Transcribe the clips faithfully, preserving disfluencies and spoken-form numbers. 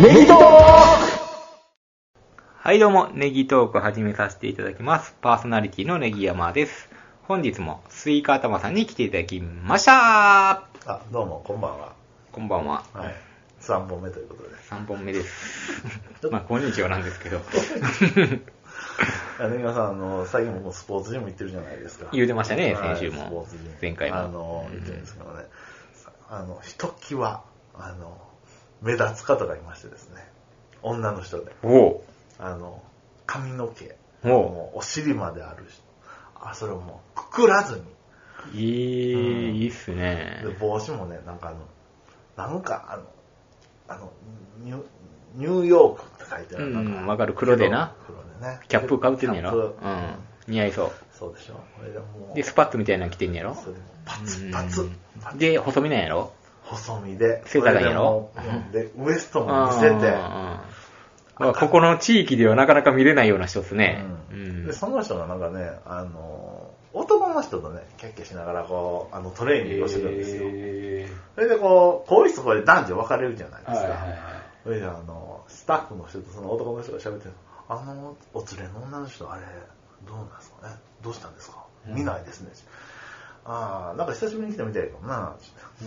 ネギトーク。 はいどうも、ネギトーク始めさせていただきます。パーソナリティのネギ山です。本日もスイカ頭さんに来ていただきましたあ、どうも、こんばんは。 こんばんは。 はい。さんぼんめということで。 さんぼんめです。まあ、こんにちはなんですけど。 ネギ山さん、あの、最近もスポーツジム行ってるじゃないですか。 言うてましたね、 はい、 先週も。 スポーツジム。 前回も。 あの、言ってるんですけどね。あの、ひときわ、あの、目立つ方がいましてですね。女の人で。 おあの、髪の毛。 おもうお尻まである人。あ、それをもう、くくらずに。 いい、 うん、 いいっすね。 で、帽子もね、なんかあの、なんかあの、あの、ニュニューヨークって書いてある。 うん、わかる。黒でな。 黒でね。 キャップかぶってんねやろ。 うん。 似合いそう。 そうでしょ。これでもう。 で、スパッツみたいなの着てんねやろ。 それでもパツパツ。 で、細身なんやろ。 細身で。 背高いやろ。 で、ウエストも見せて。 ここの地域ではなかなか見れないような人ですね。 うん、で、その人がなんかね、あの、男の人とね、キャッキャしながらこう、あのトレーニングをしてるんですよ。それでこう、こういう人これ男女分かれるじゃないですか。はいはいはい、それであの、スタッフの人とその男の人が喋ってる、あの、お連れの女の人、あれ、どうなんですかね、どうしたんですか、うん、見ないですね。ああ、なんか久しぶりに来たみたいかもな、うん、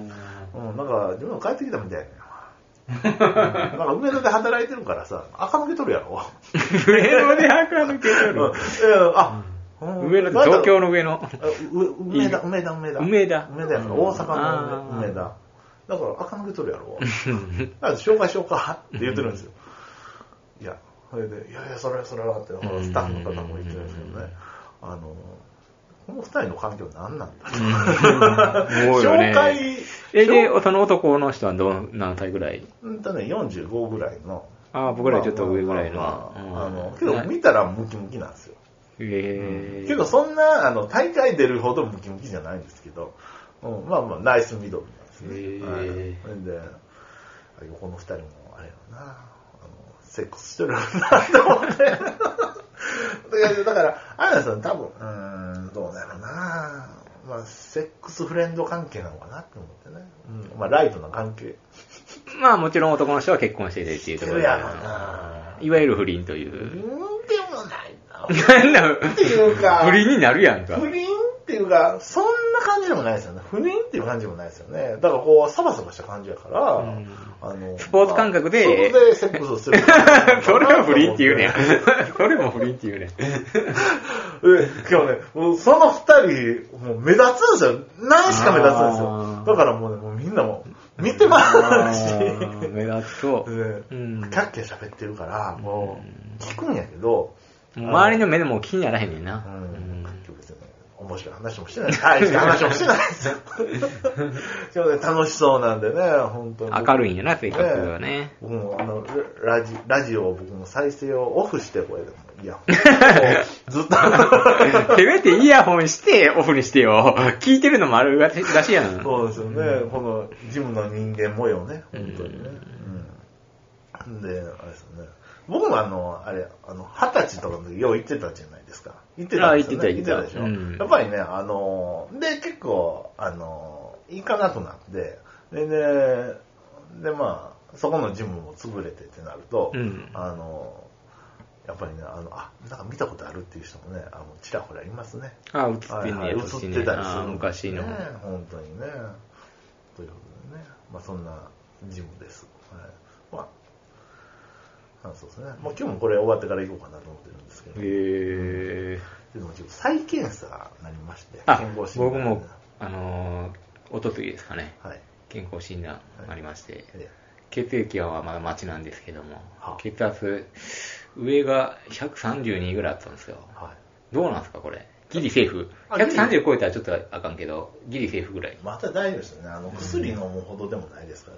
なんか自分が帰ってきたみたいな。なんか上野で働いてるからさ、垢抜けとるやろ。 上野で垢抜けとる、うん、 あ、 上野って東京の上野。 梅田、梅田、梅田。 梅田。 梅田やから、大阪の梅田。だから垢抜けとるやろ。紹介しようかって言ってるんですよ。いや、それで、いやいや、それはそれはって、スタッフの方も言ってるんですけどね。あの、この二人の環境何なんだと。紹介。 え、で、その男の人はどう、何歳ぐらい？ うんとね、よんじゅうごぐらいの。 ああ、僕らちょっと上ぐらいの。 あの、けど見たらムキムキなんですよ。 へえ。 けどそんな、あの、大会出るほどムキムキじゃないんですけど、うん、まあまあ、ナイスミドルなんですね。へえ。それで、横の二人も、あれやな、あの、セックスしてるなと思って。だから、あやなさん多分、うーん、どうだろうな、まあ、セックスフレンド関係なのかなって思ってね。うん、まあ、ライトな関係。 まあ、もちろん男の人は結婚しててっていうところで。 やろな。 いわゆる不倫という。 不倫でもないな。 なんだっていうか。 不倫になるやんか。 不倫っていうか、そんな感じでもないですよね。不倫っていう感じでもないですよね。だからこう、サバサバした感じやから、うん、 あの、スポーツ感覚で。 それでセックスする。 それは不倫って言うねん。それも不倫って言うねん。 今日ね、もうその二人、もう目立つんですよ。何しか目立つんですよ。だからもうね、もうみんなも見てますし。 目立つそう。 で、キャッキャ喋ってるから、もう、聞くんやけど、 周りの目でも気にならへんねんな。 面白い話もしてない。大した話もしてないですよ。今日ね、楽しそうなんでね、本当に。 明るいんやな、性格がね。 僕もあのラジ、ラジオを僕も再生をオフして、これでもイヤホン。ずっと。 せめてイヤホンしてオフにしてよ。聞いてるのもあるらしいやん。 そうですよね。このジムの人間模様ね、本当にね。うん。で、あれですよね。僕もあの、あれ、あの、二十歳とかの時よう行ってたじゃないですか。行ってたんですよね。行ってたでしょ。うん、やっぱりね、あの、で、結構、あの、行かなくなって、で、で、で、まあ、そこのジムも潰れてってなると、うん、あの、やっぱりね、あの、あ、なんか見たことあるっていう人もね、あの、ちらほらいますね。 あ、映ってんね、 映ってたりする、ね。 昔の。 本当にね。ということでね、まあそんなジムです。はい。まあそうですね。まあ、今日もこれ終わってから行こうかなと思ってるんですけど。へー。 でも再検査になりまして、 健康診断。僕も、あのー、おとといですかね。はい。健康診断ありまして、はい、血液はまだ待ちなんですけども、は血圧、上がひゃくさんじゅうにぐらいあったんですよ。はい。どうなんですか、これ。ギリセーフ。ひゃくさんじゅう超えたらちょっとあかんけど、ギリセーフぐらい。 また大丈夫ですよね。あの、薬飲むほどでもないですから、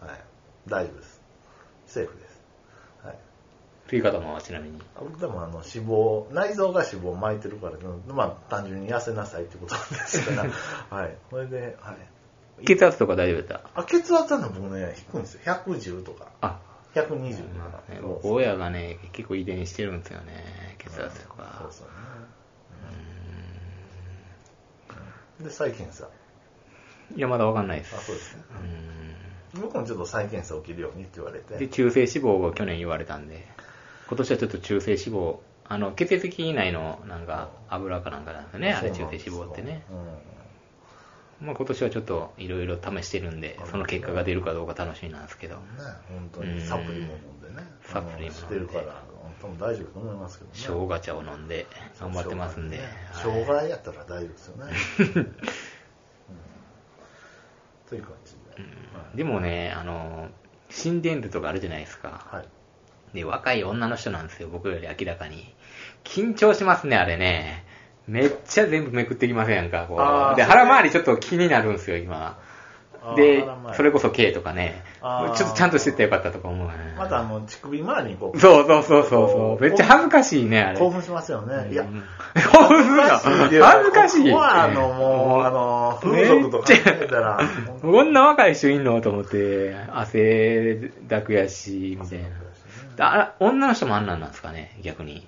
はい。大丈夫です。セーフです。はい。 という方もちなみに。 でもあの脂肪、内臓が脂肪を巻いてるから、まあ単純に痩せなさいってことなんですから、はい。それで、はい。 血圧とか大丈夫だった？ あ、血圧はね、僕ね、低いんですよ。ひゃくじゅうとか。あ、ひゃくにじゅうとか。 まあね、僕親がね、結構遺伝してるんですよね、血圧とか。そうそうね。 うん。で、再検査。 いや、まだわかんないです。 あ、そうですね。 僕もちょっと再検査を受けるようにって言われて。 で、中性脂肪を去年言われたんで、今年はちょっと中性脂肪、あの、血液以内のなんか油かなんかなんですよね、あれ中性脂肪ってね。うん、まあ今年はちょっといろいろ試してるんんで、その結果が出るかどうか楽しみなんですけど。ね、 本当にサプリも飲んでね。サプリもしてるから、多分大丈夫と思いますけどね。 生姜茶を飲んで頑張ってますんで。 生姜やったら大丈夫ですよね。という感じで、 うん。でもね、あの、心電図とかあるじゃないですか。はい。で、若い女の人なんですよ、僕より明らかに。緊張しますね、あれね。めっちゃ全部めくってきませんか、こう。で、腹回りちょっと気になるんですよ、今。で、それこそ K とかね、ちょっとちゃんとしてってよかったとか思うね。 またあの、乳首周りにこう。 そうそうそうそう。めっちゃ恥ずかしいね、あれ。 興奮しますよね。いや、 興奮するの恥ずかしい。 ここはあの、もう、あの、風俗とか考えたら。 こんな若い人いんのと思って、汗だくやし、みたいな。あら、女の人もあんなんなんですかね、逆に。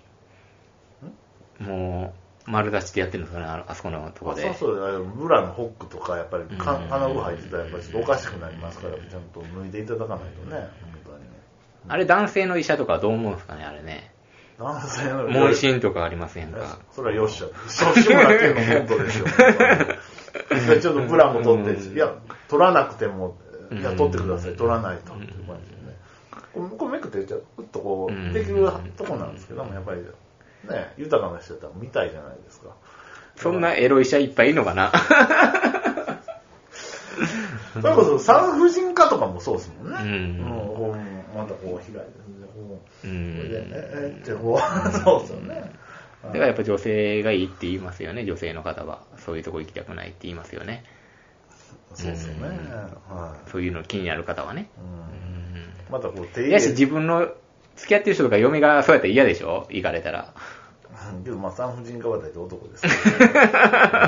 もう、丸出しでやってるんですかね、あそこのとこで。 そうそう、ブラのホックとか、やっぱり金具入ってたらやっぱりちょっとおかしくなりますから、ちゃんと脱いでいただかないとね、本当にね。 あれ男性の医者とかどう思うんですかね、あれね。 男性の問診とかありませんか。 それはよっしゃ。そうしてもらってんの本当ですよ。ちょっとブラも取って、いや、取らなくても、いや、取ってください、取らないと。っていう感じでね。これめくってちょっとこう、できるとこなんですけども、やっぱり、ね、豊かな人だったら見たいじゃないですか。 そんなエロ医者いっぱいいるのかな。 それこそ産婦人科とかもそうですもんね。うん。うん、またこう開いて、こう、うん、で、え、ってこう、そうですよね。 だからやっぱ女性がいいって言いますよね、女性の方は。そういうとこ行きたくないって言いますよね。 そうですよね。 はい。そういうの気になる方はね。 うん。またこう、 手やし自分の付き合ってる人とか嫁がそうやったら嫌でしょ、行かれたら。 けどまあ産婦人科は大体男ですから、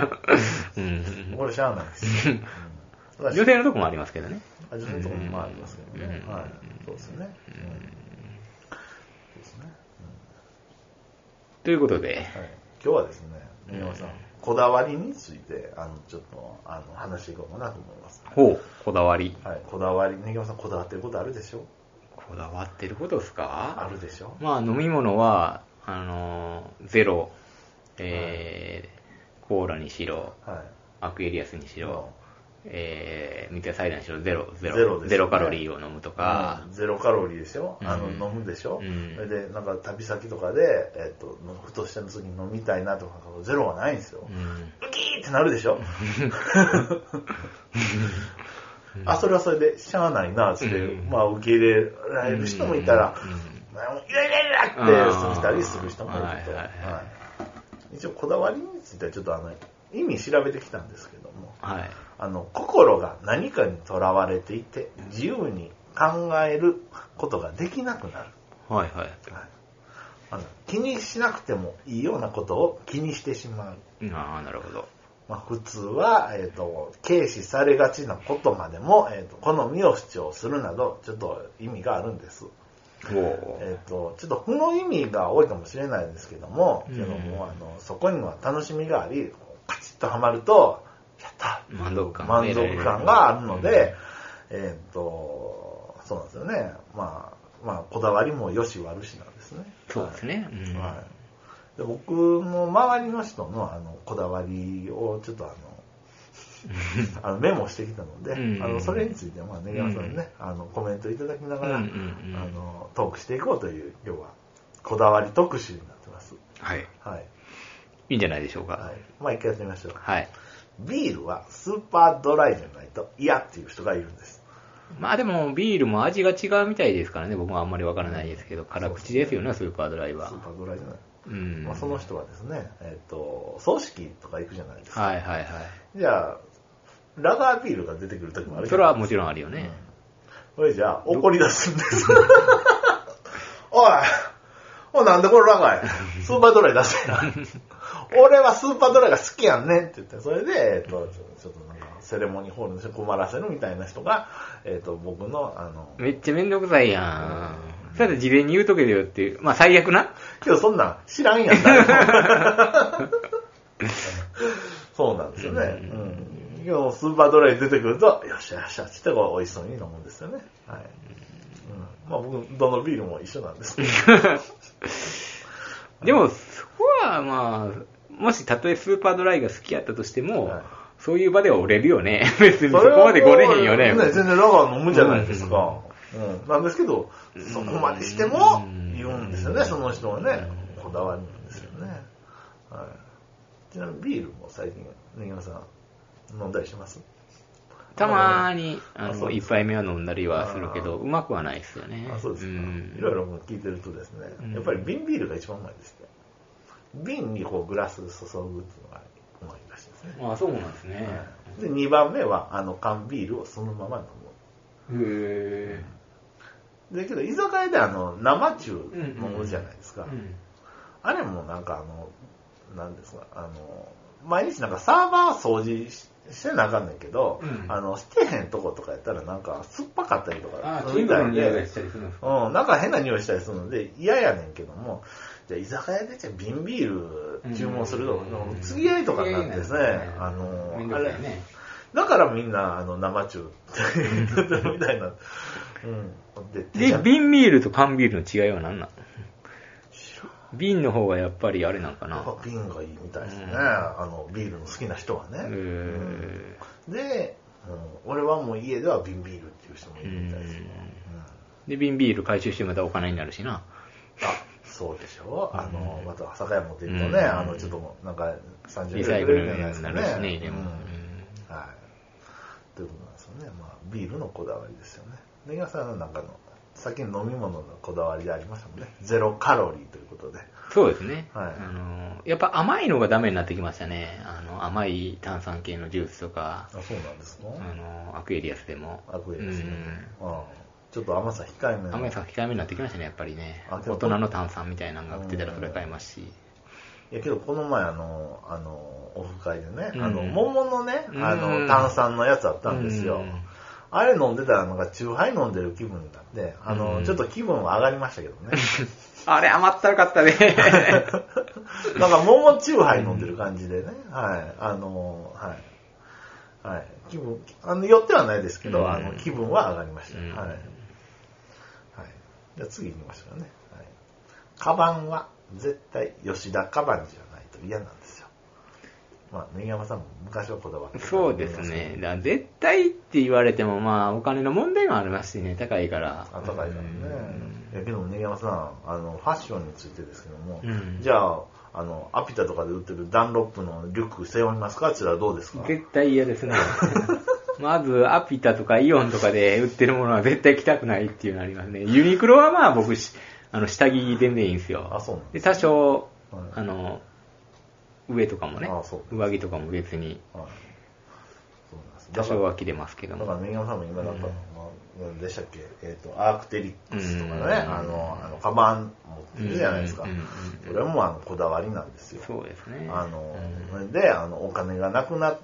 ね。これしゃあないです。 女性のとこもありますけどね。 女性のとこもありますけどね。はい。そうですね。 ということで、 今日はですね、根山さん、こだわりについて、あの、ちょっと、あの、話していこうかなと思います。 ほう、こだわり。 はい、こだわり。根山さん、こだわってることあるでしょ？ こだわってることですか？ あるでしょ？ まあ、飲み物は、あの、ゼロ、えー、コーラにしろ、アクエリアスにしろ、えー、三ツ矢サイダーにしろゼロ、ゼロ、ゼロ、ね、ゼロカロリーを飲むとか、 うん、ゼロカロリーでしょ、あの、うん、飲むでしょ、うん、それで、なんか旅先とかで、えっと、ふとした時に飲みたいなとか、ゼロはないんですよ。うん、ウキーってなるでしょあ、それはそれで、しゃあないな、って、うん、まあ、受け入れられる人もいたら、うんうん、イライライラってしたりする人もいると。はいはいはい、一応、こだわりについてはちょっとあの、意味調べてきたんですけども、はい、あの心が何かにとらわれていて自由に考えることができなくなる、 はいはいはい、 あの気にしなくてもいいようなことを気にしてしまう。 ああ、なるほど。 まあ、普通は、えーと、軽視されがちなことまでも、えーと、好みを主張するなどちょっと意味があるんです。えーと、ちょっと負の意味が多いかもしれないんですけども、けどもあのそこには楽しみがありカチッとはまるとやった満足感満足感があるので、うん、えっ、ー、とそうなんですよね。まあまあこだわりもよし悪しなんですね。 そうですね。はいうんはい、で僕の周りの人のあのこだわりをちょっとあのあのメモしてきたので、うん、あのそれについてまあ根山さんにね、うん、あのコメントいただきながら、うんうんうん、あのトークしていこうという今日はこだわり特集になってます。 はい。 はい。 いいんじゃないでしょうか。 はい。まあ一回やってみましょう。 はい。 ビールはスーパードライじゃないと嫌っていう人がいるんです。 まあでもビールも味が違うみたいですからね。僕はあんまりわからないですけど、辛口ですよね、スーパードライは。 スーパードライじゃない。 うん。 まあその人はですね、えっと、葬式とか行くじゃないですか。 はいはいはい。 じゃあ、ラガービールが出てくる時もあるじゃないですか。 それはもちろんあるよね。 うん、それじゃあ、怒り出すんです。おいおい、なんでこれラガーやスーパードライ出せな。俺はスーパードライが好きやんねんって言って、それで、えっと、ちょっとなんか、セレモニーホールで困らせるみたいな人が、えっと、僕の、あの、 めっちゃめんどくさいやん。それで事前に言うとけよっていう。まあ最悪な。 けどそんなん知らんやん、誰も。そうなんですよね。うん。 今日スーパードライ出てくると、よっしゃよっしゃってこう美味しそうに飲むんですよね。はい。うん、まあ僕、どのビールも一緒なんですけど。 でも、そこはまあ、もしたとえスーパードライが好きやったとしても、はい、そういう場では折れるよね。別にそこまでごれへんよね。 ね、全然ラガー飲むじゃないですか。うんうん、なんですけど、そこまでしても言うんですよね、その人はね。こだわりなんですよね。はい、ちなみにビールも最近、ねぎまさん飲んだりします？ たまーに、あの、一杯目は飲んだりはするけど、うまくはないですよね。 あ、そうですか。いろいろ聞いてるとですね、やっぱり瓶ビールが一番うまいですね。瓶にこうグラス注ぐっていうのがうまいらしいですね。 ああ、そうなんですね。 はい、で、にばんめは、あの、缶ビールをそのまま飲む。 へー。だけど、居酒屋であの、生中飲むじゃないですか。うんうん、あれもなんかあの、なんですか、あの、毎日なんかサーバー掃除ししてなあかんねんけど、うん、あの、してへんとことかやったらなんか酸っぱかったりとかするみたいで、 うん、なんか変な匂いしたりするので嫌やねんけども、じゃあ居酒屋でじゃあ瓶ビール注文すると、うん、次合いとかになってですね、ねあの、ね、あれ、だからみんなあの生中ってみたいな。うん。 で、で瓶ビールと缶ビールの違いは何なの？瓶の方がやっぱりあれなんかな。 瓶がいいみたいですね。うん、あのビールの好きな人はね。うん、で、うん、俺はもう家では瓶ビールっていう人もいるみたいですよ。うん、 で、瓶ビール回収してまたお金になるしな。 あ、そうでしょ。あの、また酒屋持っていくとね、あの、ちょっとなんかさんじゅうえんリサイクルになるしね、でも。 はい。ということなんですよね。まあ、ビールのこだわりですよね。ねぎまさんの中の、先に飲み物のこだわりでありましたもんね。ゼロカロリーということで。 そうですね。はい。あの、やっぱ甘いのがダメになってきましたね。あの、甘い炭酸系のジュースとか。 あ、そうなんですか？ あの、アクエリアスでも。 アクエリアスでも。うん。ちょっと甘さ控えめ甘さ控えめになってきましたね、やっぱりね。大人の炭酸みたいなのが売ってたらそれ買いますし。 いやけどこの前あの、あの、オフ会でね、うん、あの、桃のね、あの、炭酸のやつあったんですよ。あれ飲んでたらなんかチューハイ飲んでる気分になって、あの、ちょっと気分は上がりましたけどね。 あれ甘ったるかったね。 なんか桃チューハイ飲んでる感じでね、はい、あの、はい。はい。気分、あの、寄ってはないですけど、あの、気分は上がりました。はい。はい。じゃあ次行きましょうね。はい。カバンは絶対吉田カバンじゃないと嫌なんですよ。まあ、ねぎやまさんも昔はこだわってそうですね。だから絶対って言われても、まあ、お金の問題もありますしね、高いから。 あ、高いからね。いやけどねぎやまさん、あの、ファッションについてですけども、うん、じゃあ、あの、アピタとかで売ってるダンロップのリュック背負いますか？って言ったらどうですか？ 絶対嫌ですね。まず、アピタとかイオンとかで売ってるものは絶対着たくないっていうのありますね。ユニクロはまあ僕、あの、下着全然いいんですよ。 あ、そうなんです、 ね、で、多少、はい、あの、上とかもね、上着とかも別に、はい、多少は着れますけども。 だから、ネギさんも今なんか、何、うん、でしたっけ、えっ、ー、と、アークテリックスとかね、うん、あの、あの、カバン持ってるじゃないですか。うんうんうん、それもあの、こだわりなんですよ。 そうですね。 あの、うん、で、あの、お金がなくなって、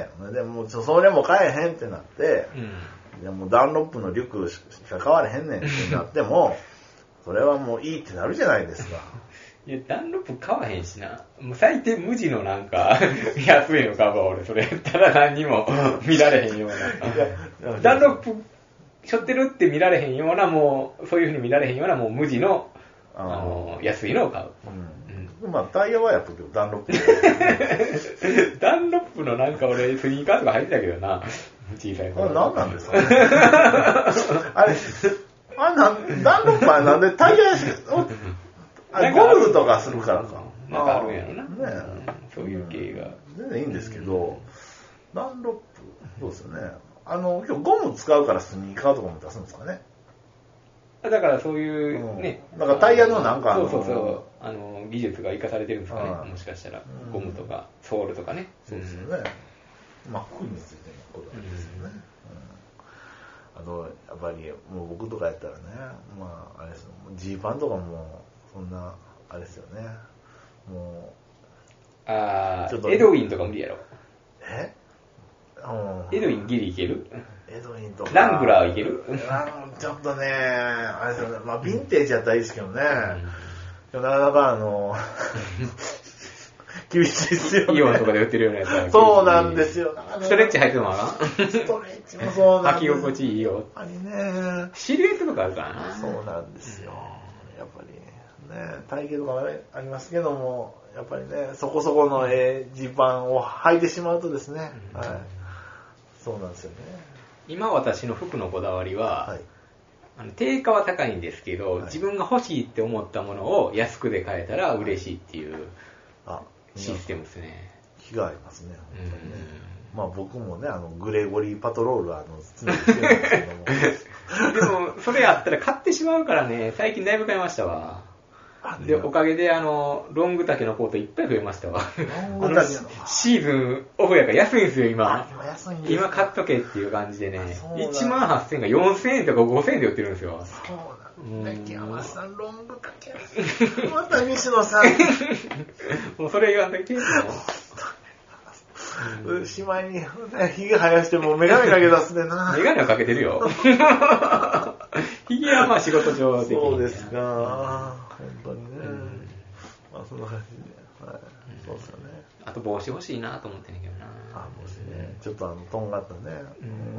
でもう、それも買えへんってなって、うん、でもダンロップのリュックしか買われへんねんってなっても、それはもういいってなるじゃないですか。 いや、ダンロップ買わへんしな。もう最低無地のなんか、安いの買うわ、俺。それやったら何にも見られへんような。ダンロップ背負ってるって見られへんような、もう、そういう風に見られへんような、もう無地の、あの、安いのを買う。 うんうん、まあ、タイヤはやっぱけど、ダンロップ。ダンロップのなんか俺、スニーカーとか入ってたけどな。小さい頃。あれ何なんですかね。あれ、あれなん、ダンロップはなんでタイヤを、あれゴルフとかするからか。 なんかあるんやろな。ね、 うん、 そういう系が。 全然いいんですけど、ダンロップ、そうですよね。あの、今日ゴム使うからスニーカーとかも出すんですかね。 だからそういうね。 うん、だからタイヤのなんかあの、 そうそうそう、あの、技術が生かされてるんですかね。もしかしたら。ゴムとか、ソールとかね。 そうですよね。まあ、服についてのことなんですよね。あと、やっぱり、もう僕とかやったらね、まあ、あれですよ、ジーパンとかも、そんな、あれですよね。もう。ああ、エドウィンとか無理やろ。 えエドウィンギリいける？ エドウィンとか。 ラングラーはいける？ ちょっとね、あれですよね。まあ、ヴィンテージやったらいいですけどね。うん、なかなかあの、 厳しいですよね。 イオンとかで売ってるようなやつは。 そうなんですよ。 ストレッチ入ってるのもあかんストレッチもそうなんです。 履き心地いいよ。 やっぱりね。 シルエットとかあるからな。 そうなんですよ。やっぱりね、体型とかありますけども、やっぱりね、そこそこのええジーパンを履いてしまうとですね、うん、はい。そうなんですよね。 今私の服のこだわりは、はい、あの定価は高いんですけど、はい、自分が欲しいって思ったものを安くで買えたら嬉しいっていうシステムですね。 気がありますね、本当にね。まあ僕もね、あのグレゴリーパトロールはあの常にしてるんですけども。 でもそれやったら買ってしまうからね、最近だいぶ買いましたわ。で、おかげで、あの、ロング丈のコートいっぱい増えましたわ。ロング丈のシーズンオフやから安いんですよ、今。 今安いんです今買っとけっていう感じでね。いちまんはっせんがよんせんえんとかごせんえんで売ってるんですよ。 そうなんですね。山田さん、ロング丈。また西野さん。 もうそれ言わんとき。 しまいに、ひげ生やしてもうメガネかけ出すでな。 メガネはかけてるよ。ひげはまあ仕事上的に。 そうですか。本当にね。うん、まあそんな感じで。はい。うん、そうですよね。 あと帽子欲しいなと思ってんねんけどな。 あ、帽子ね。ちょっとあの、とんがったね。うん。うん、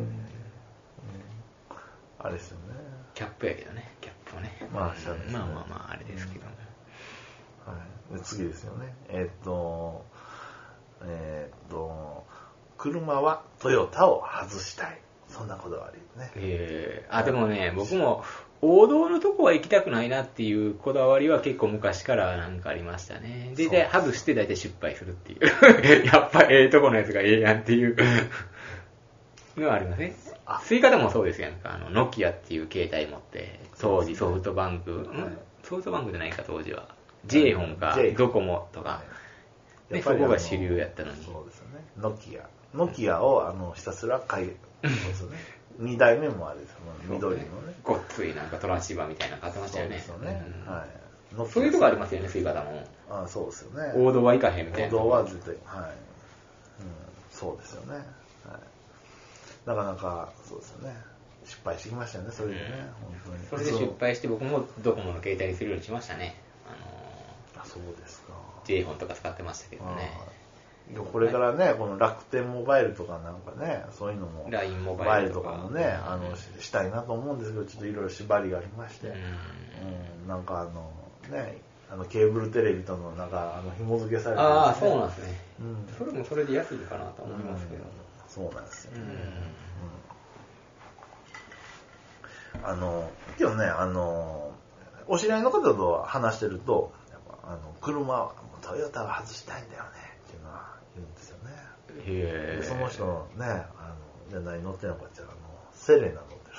あれですよね。 キャップやけどね。キャップはね。 まあ、したですね。 まあまあまあ、あれですけど。 うん、はい。で次ですよね。えー、っと、えー、っと、車はトヨタを外したい。そんなこだわりね。 えー、あ、でもね、僕も王道のとこは行きたくないなっていうこだわりは結構昔からなんかありましたね。で、で外して大体失敗するっていう。やっぱええとこのやつがええやんっていうのはありますね。スイカでもそうですやんか。あの、ノキアっていう携帯持って、当時ソフトバンク、はい、ソフトバンクじゃないか当時は。J フォンか、ドコモとか。はいね、そこが主流やったのに。 そうですよね。ノキア。ノキアをあのひたすら買い、そうですよね。に代目もあれですよ。緑のね。 ごっついなんかトランシーバーみたいなの買ってましたよね。 そうですよね。うん、はい。 そういうとこありますよね、スイカだもん。 ああ、そうですよね。 王道はいかへんみたいな。 王道は絶対、はい。うん、そうですよね。はい。なかなか、そうですよね。失敗してきましたよね、それでね。うん、本当に。 それで失敗して僕もドコモの携帯にするようにしましたね。あのー、あ、そうですか。 J フォンとか使ってましたけどね。 これからね、この楽天モバイルとかなんかね、そういうのも、 ラインモバイルとかもね、あの、したいなと思うんですけど、ちょっといろいろ縛りがありまして、うん、うん、なんかあの、ね、あのケーブルテレビとのなんかあの紐付けされてる、 ね、ああ、そうなんですね、うん。それもそれで安いかなと思いますけど。 うん、そうなんですよね。うん、あの、今日ね、あの、お知り合いの方と話してると、あの車はトヨタは外したいんだよねっていうのは言うんですよね。へでその人のね、あのじゃあ何乗ってるのかって言ったら、あのセレナ乗ってるんです。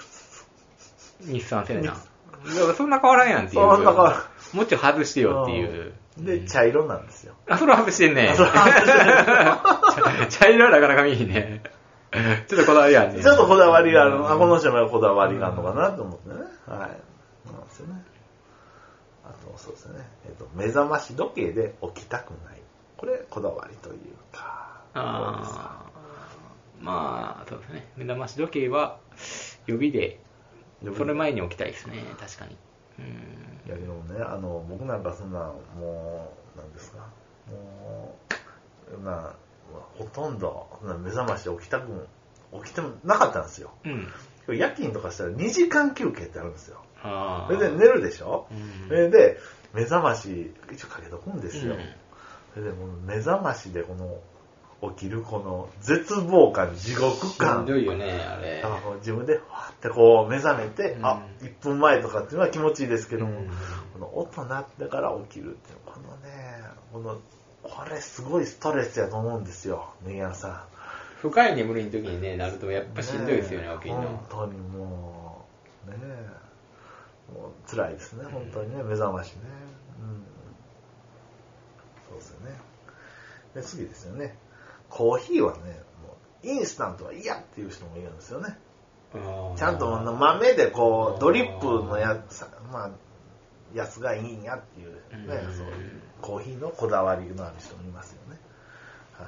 日産セレナ。だからそんな変わらんやんっていう。 そんな変わらん。もうちょい外してよっていう。 うん、で、茶色なんですよ。 あ、それは外してんね。それは外してんね。茶色はなかなか見えへんね。ちょっとこだわりあるね。 ちょっとこだわりがあるの。あ、この人もこだわりがあるのかなと思ってね。はい。そうなんですよね。あと、そうですね。えっと、目覚まし時計で起きたくない。これ、こだわりというか。 ああ。まあ、そうですね。目覚まし時計は、予備で、それ前に起きたいですね。確かに。うん。 いや、けどもね、あの、僕なんかそんな、もう、なんですか。もう、まあ、ほとんど、目覚まし起きたく、起きてもなかったんですよ。うん。夜勤とかしたらにじかん休憩ってあるんですよ。それで寝るでしょ、うん、それで目覚まし一応かけとくんですよ、うん、それでもう目覚ましでこの起きるこの絶望感地獄感しんどいよねあれ。 自分でわーってこう目覚めて、うん、あいっぷんまえとかっていうのは気持ちいいですけども、うん、この音鳴ってから起きるっていうこのねこのこれすごいストレスやと思うんですよネギヤさん。 深い眠りの時にねなるとやっぱしんどいですよね起きるの。 本当にもうねえもう辛いですね、本当にね、目覚ましね。うん、そうですよね。で、次ですよね。コーヒーはね、もうインスタントは嫌っていう人もいるんですよね。ちゃんと豆でこう、ドリップのやつ、まあ、やつがいいんやっていうね、うん、そういうコーヒーのこだわりのある人もいますよね。はい。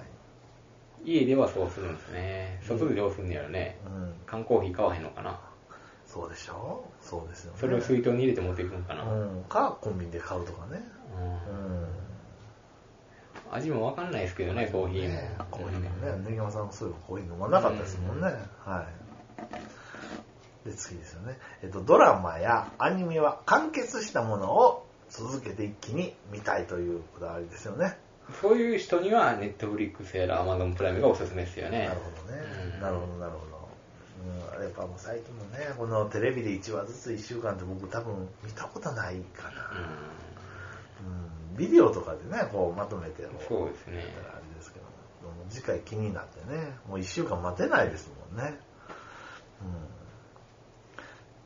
家ではそうするんですね。外でどうするんやろね。うん、缶コーヒー買わへんのかな。 そうでしょうそうですよね。 それを水筒に入れて持っていくのかな。 うん。か、コンビニで買うとかね。うん。うん、 味もわかんないですけどね、コーヒーも。ね、 コーヒーもね、根際さんもそういうコーヒー飲まなかったですもんね。うん、はい。で、次ですよね。えっと、ドラマやアニメは完結したものを続けて一気に見たいというこだわりですよね。 そういう人には、ネットフリックスやらアマゾンプライムがおすすめですよね。 なるほどね。うん、なるほど、なるほど。うん、やっぱもう最近もね、このテレビでいちわずついっしゅうかんって僕多分見たことないかな。うん、うん、ビデオとかでね、こうまとめてそうですね。 あれですけども、次回気になってね、もういっしゅうかん待てないですもんね。うん、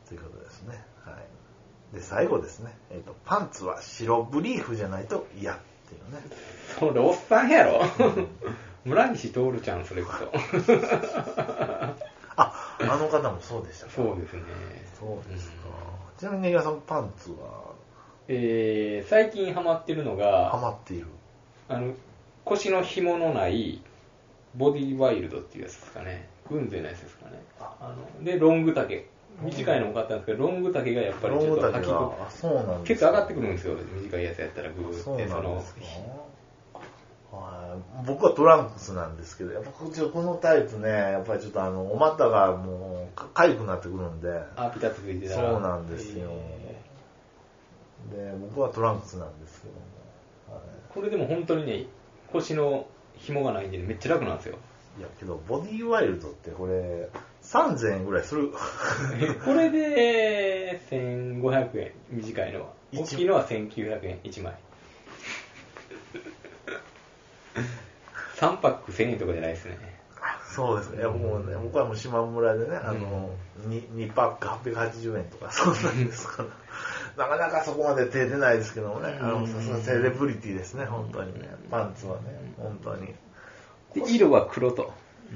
ということですね。はい。で、最後ですね。えっと、パンツは白ブリーフじゃないと嫌っていうね。 それおっさんやろ。村西徹ちゃん、それこそ。 あ、あの方もそうでしたか。 そうですね。 そうですか。うん、ちなみに、ねぎらさん、パンツはえー、最近ハマってるのが、 ハマっている。 あの、腰の紐のないボディワイルドっていうやつですかね。軍勢のやつですかね。あので、ロング丈。短いのも買ったんですけど、ロング丈がやっぱりちょっと履きこ結構上がってくるんですよ。短いやつやったらグーって。 そうなんですか。僕はトランクスなんですけど、やっぱこのタイプね、やっぱりちょっとあのお股がもうかゆくなってくるんで。 あ、ピタッとついてたら。そうなんですよ。で、僕はトランクスなんですけども。 はい、これでも本当にね、腰の紐がないんでめっちゃ楽なんですよ。 いやけどボディワイルドってこれさんぜんえんぐらいする。 これでせんごひゃくえん、短いのは。大きいのはせんきゅうひゃくえん、いちまい。さんパックせんえんとかじゃないですね。 そうですね。もうね、僕はもう島村でね、あの、うん、に, にパックはっぴゃくはちじゅうえんとか、そうなんですから。なかなかそこまで手出ないですけどもね、あの、さすがセレブリティですね、本当にね。パンツはね、本当に。 で、色は黒と。うん。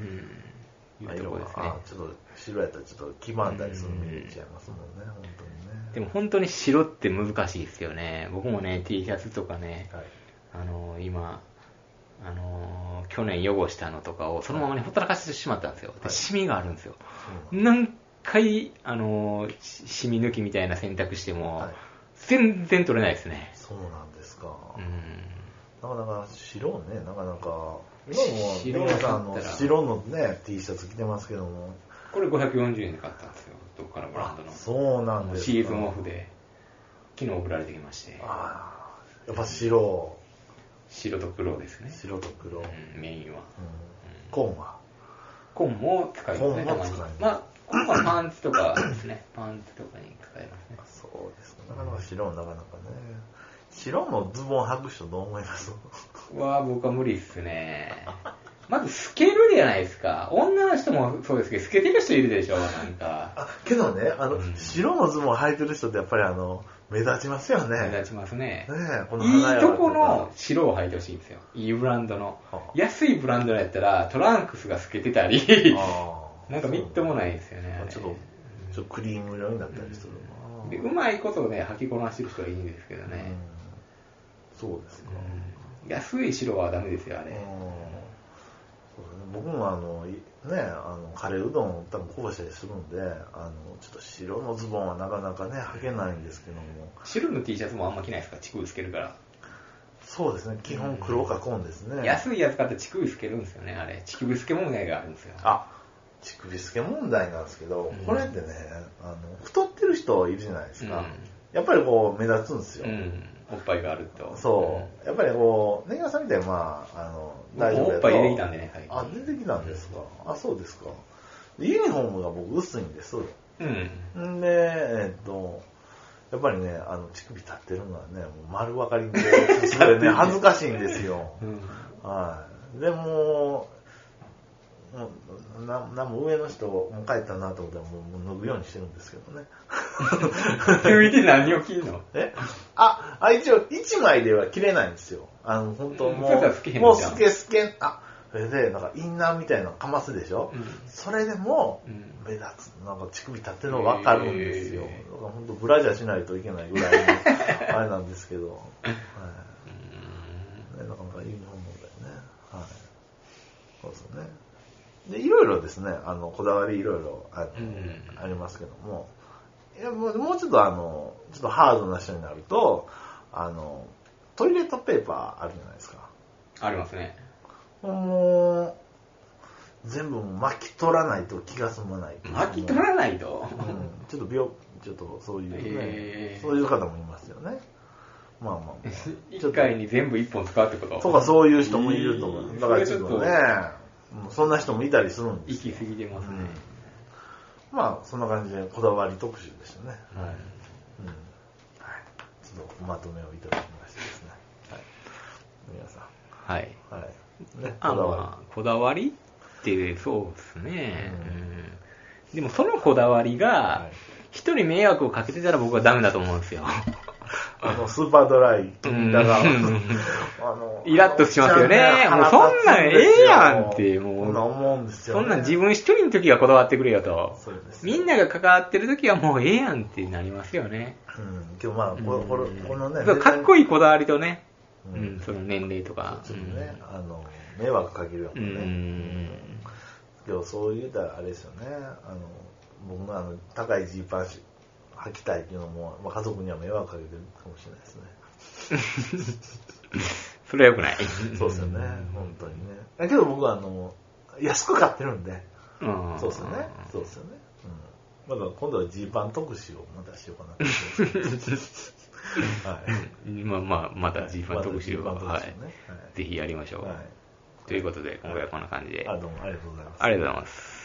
いうところですね。あ、ちょっと白やったらちょっと黄ばんだりするの見えちゃいますもんね、本当にね。 でも本当に白って難しいですよね。僕もね、T シャツとかね、はい、あの、今、あのー、去年汚したのとかをそのままにほったらかしてしまったんですよ。で、シミがあるんですよ。はい、何回、あのー、シミ抜きみたいな選択しても、はい、全然取れないですね。 そうなんですか。 うん。 なかなか白ね、なかなか、今も、皆さんの白のね、T シャツ着てますけども。 これごひゃくよんじゅうえんで買ったんですよ。どっかのブランドの。 そうなんですか。 シーズンオフで、昨日送られてきまして。 ああ、やっぱ白。 白と黒ですね。 白と黒。 うん、メインは。うん、 紺は紺も使いますね、たまに。まあ、紺はパンツとかですね。パンツとかに使いますね。そうですね。なかなか白なかなかね。白のズボン履く人どう思います？ わあ、僕は無理っすね。まず透けるじゃないですか。女の人もそうですけど、透けてる人いるでしょ、なんか。 あ、けどね、あの、うん、白のズボン履いてる人ってやっぱりあの、目立ちますよね。 目立ちますね。 ねこのいいとこの白を履いてほしいんですよ。いいブランドの。はあ、安いブランドのやったら、トランクスが透けてたり、なんかみっともないですよね。 ちょっと、ちょっとクリーム色になったりする。 うん、でうまいことね、履きこなしてる人はいいんですけどね。 うん、そうですか、 うん。安い白はダメですよ、あれ。 そうですね、僕もあの、ね、あのカレーうどんを多分こぼしたりするんで、あのちょっと白のズボンはなかなかね履けないんですけども。 白の T シャツもあんま着ないですか？乳首つけるから。 そうですね、基本黒か紺ですね。 安いやつ買って乳首つけるんですよね、あれ。乳首つけ問題があるんですよ。 あ、乳首つけ問題なんですけど、うん、これってね、あの太ってる人いるじゃないですか。うん、やっぱりこう目立つんですよ。 うんおっぱいがあると。 そう。やっぱりこう、ネギワさんみたいにまあ、あの、大丈夫やと。 おっぱい出てきたんでね、 はい。あ、出てきたんですか。うん、あ、そうですか。ユニフォームが僕薄いんです。 うん。 んで、えっと、やっぱりね、あの、乳首立ってるのはね、もう丸分かりで、すごいね、恥ずかしいんですよ。うん、はい。でも、もうななんも上の人もう帰ったなと思ったらもう脱ぐようにしてるんですけどね。 急に何を着るの？ えあ、あ、一応一枚では着れないんですよ。あの、本当もう、 うん、 もうスケスケ、あ、それで、なんかインナーみたいなのかますでしょ、うん、それでも、目立つ、なんか乳首立ってるの分かるんですよ。だから本当ブラジャーしないといけないぐらいの、あれなんですけど。はい、ね、なかなかユニフォームだよね。はい。そうですね。で、いろいろですね、あの、こだわりいろいろあ、うん、ありますけども、いやもう、もうちょっとあの、ちょっとハードな人になると、あの、トイレットペーパーあるじゃないですか。 ありますね。 もう、全部巻き取らないと気が済まない。 巻き取らないと、 うん、ちょっと病、ちょっとそういうね、えー、そういう方もいますよね。まあまあ、まあ、 一回に全部一本使うってこととかそういう人もいると思う。えー、だからちょっとね、そんな人もいたりするんですよ。 行き過ぎてますね。 うん、まあ、そんな感じでこだわり特集でしたね。はい。うん。はい。ちょっとまとめをいただきましてですね。はい。皆さん。 はい。 はい。 ね、こだわり。まあ、こだわりってそうですね、うん、でもそのこだわりが人に迷惑をかけてたら僕はダメだと思うんですよ。 あのスーパードライだが、 あのイラッとしますよね。もうそんなんええやんってもう、 そんな思うんですよ、 ね、そんなん自分一人の時はこだわってくれよと。みんなが関わってる時はもうええやんってなりますよね。 うん。今日まあここれこのね、 かっこいいこだわりとね、うん、うん、その年齢とか。 ちょっとね、うん、あの迷惑かけるよね。うん。でもそう言うたらあれですよね。あの僕のあの高いジーパン履きたいっていうのも、まあ、家族には迷惑かけてるかもしれないですね。 それは良くない。 そうですよね。本当にね。だけど僕はあの安く買ってるんで。うん、そうですよね。そうですよね。うん。だから今度はジーパン特集をまたしようかなと思って。 はい。まあまあまたジーパン特集を、はい、はい、ぜひやりましょう。はい、ということで今回はこんな感じで、 あ、どうもありがとうございます。 ありがとうございます。